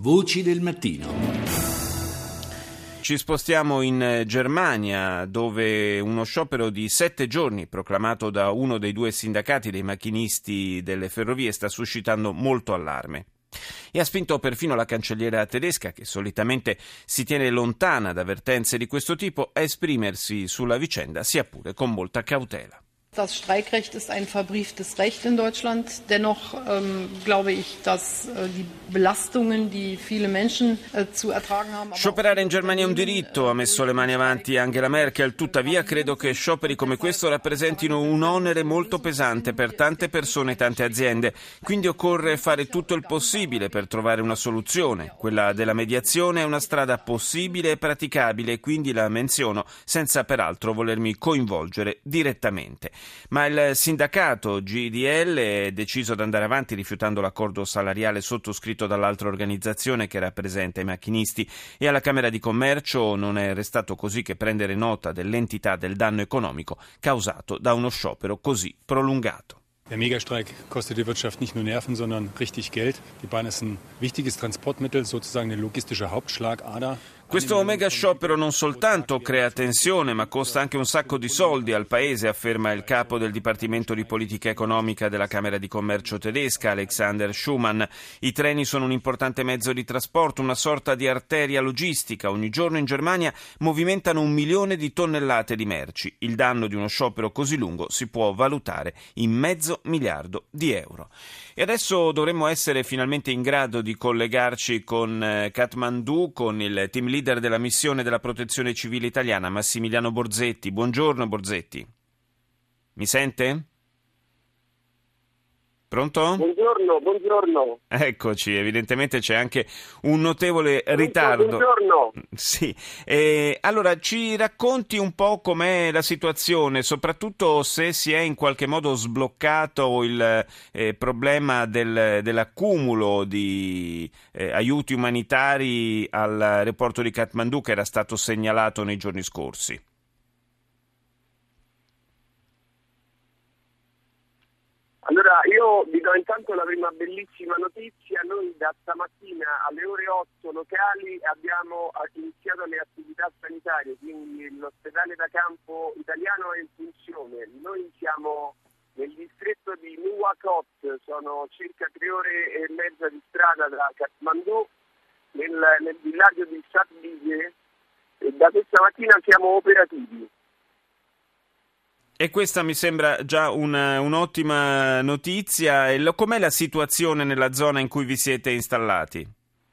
Voci del mattino. Ci spostiamo in Germania, dove uno sciopero di 7 giorni proclamato da uno dei due sindacati dei macchinisti delle ferrovie sta suscitando molto allarme. E ha spinto perfino la cancelliera tedesca, che solitamente si tiene lontana da avvertenze di questo tipo, a esprimersi sulla vicenda, sia pure con molta cautela. Das Streikrecht ist ein verbrieftes Recht in Deutschland. Dennoch glaube ich, dass die Belastungen, die viele Menschen zu ertragen haben. Scioperare in Germania è un diritto, ha messo le mani avanti Angela Merkel. Tuttavia credo che scioperi come questo rappresentino un onere molto pesante per tante persone e tante aziende. Quindi occorre fare tutto il possibile per trovare una soluzione. Quella della mediazione è una strada possibile e praticabile, quindi la menziono senza peraltro volermi coinvolgere direttamente. Ma il sindacato GDL è deciso ad andare avanti rifiutando l'accordo salariale sottoscritto dall'altra organizzazione che rappresenta i macchinisti, e alla Camera di Commercio non è restato così che prendere nota dell'entità del danno economico causato da uno sciopero così prolungato. Der Megastreik kostet die Wirtschaft nicht nur Nerven, sondern richtig Geld. Die Bahn ist ein wichtiges Transportmittel, sozusagen eine logistische Hauptschlagader. Questo mega sciopero non soltanto crea tensione, ma costa anche un sacco di soldi al paese, afferma il capo del Dipartimento di Politica Economica della Camera di Commercio tedesca, Alexander Schumann. I treni sono un importante mezzo di trasporto, una sorta di arteria logistica. Ogni giorno in Germania movimentano 1 milione di tonnellate di merci. Il danno di uno sciopero così lungo si può valutare in $500 miliardi. E adesso dovremmo essere finalmente in grado di collegarci con Kathmandu, con il team leader della missione della Protezione Civile italiana, Massimiliano Borzetti. Buongiorno Borzetti. Mi sente? Pronto? Buongiorno. Eccoci, evidentemente c'è anche un notevole ritardo. Buongiorno. Sì. Allora, ci racconti un po' com'è la situazione, soprattutto se si è in qualche modo sbloccato il problema dell'accumulo di aiuti umanitari all'aeroporto di Kathmandu, che era stato segnalato nei giorni scorsi. Allora, io vi do intanto la prima bellissima notizia. Noi da stamattina alle ore 8 locali abbiamo iniziato le attività sanitarie, quindi l'ospedale da campo italiano è in funzione. Noi siamo nel distretto di Nuwakot, sono circa 3 ore e mezza di strada da Kathmandu, nel villaggio di Satbige, e da questa mattina siamo operativi. E questa mi sembra già un'ottima notizia. E com'è la situazione nella zona in cui vi siete installati?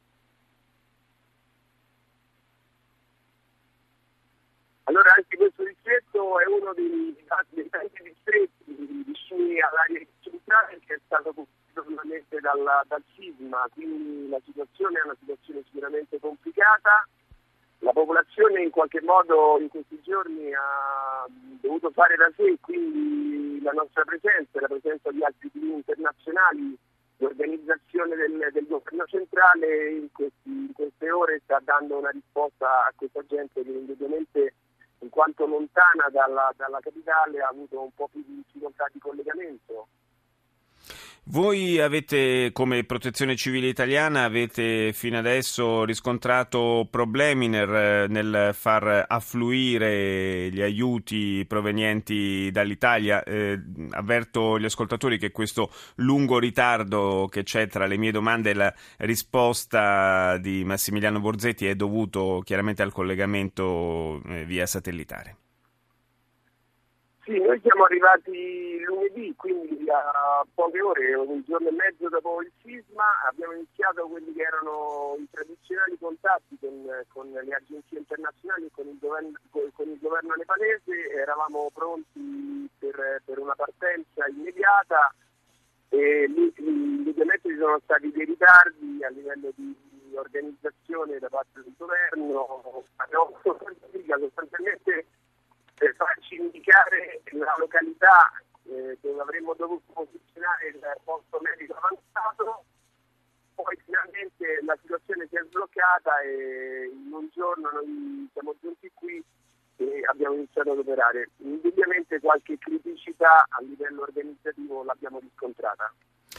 Allora, anche questo distretto è uno dei tanti distretti vicini all'area centrale che è stato colpito totalmente dal sisma, quindi la situazione è una situazione sicuramente complicata. La popolazione in qualche modo in questi giorni ha dovuto fare da sé, quindi la nostra presenza, la presenza di altri team internazionali, l'organizzazione del governo centrale in queste ore sta dando una risposta a questa gente che indubbiamente, in quanto lontana dalla capitale, ha avuto un po' più di difficoltà di collegamento. Voi avete, come Protezione Civile Italiana, avete fino adesso riscontrato problemi nel far affluire gli aiuti provenienti dall'Italia. Avverto gli ascoltatori che questo lungo ritardo che c'è tra le mie domande e la risposta di Massimiliano Borzetti è dovuto chiaramente al collegamento via satellitare. Sì, noi siamo arrivati lunedì, quindi a poche ore, un giorno e mezzo dopo il sisma, abbiamo iniziato quelli che erano i tradizionali contatti con le agenzie internazionali e con il governo nepalese. Eravamo pronti per una partenza immediata e indubbiamente ci sono stati dei ritardi a livello di organizzazione da parte del governo. Abbiamo sostanzialmente per farci indicare la località dove avremmo dovuto posizionare il posto medico avanzato. Poi finalmente la situazione si è sbloccata e in un giorno noi siamo giunti qui e abbiamo iniziato ad operare. Indubbiamente qualche criticità a livello organizzativo l'abbiamo riscontrata.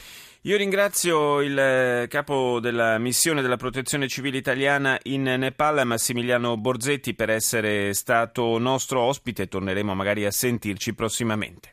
Io ringrazio il capo della missione della Protezione Civile italiana in Nepal, Massimiliano Borzetti, per essere stato nostro ospite. Torneremo magari a sentirci prossimamente.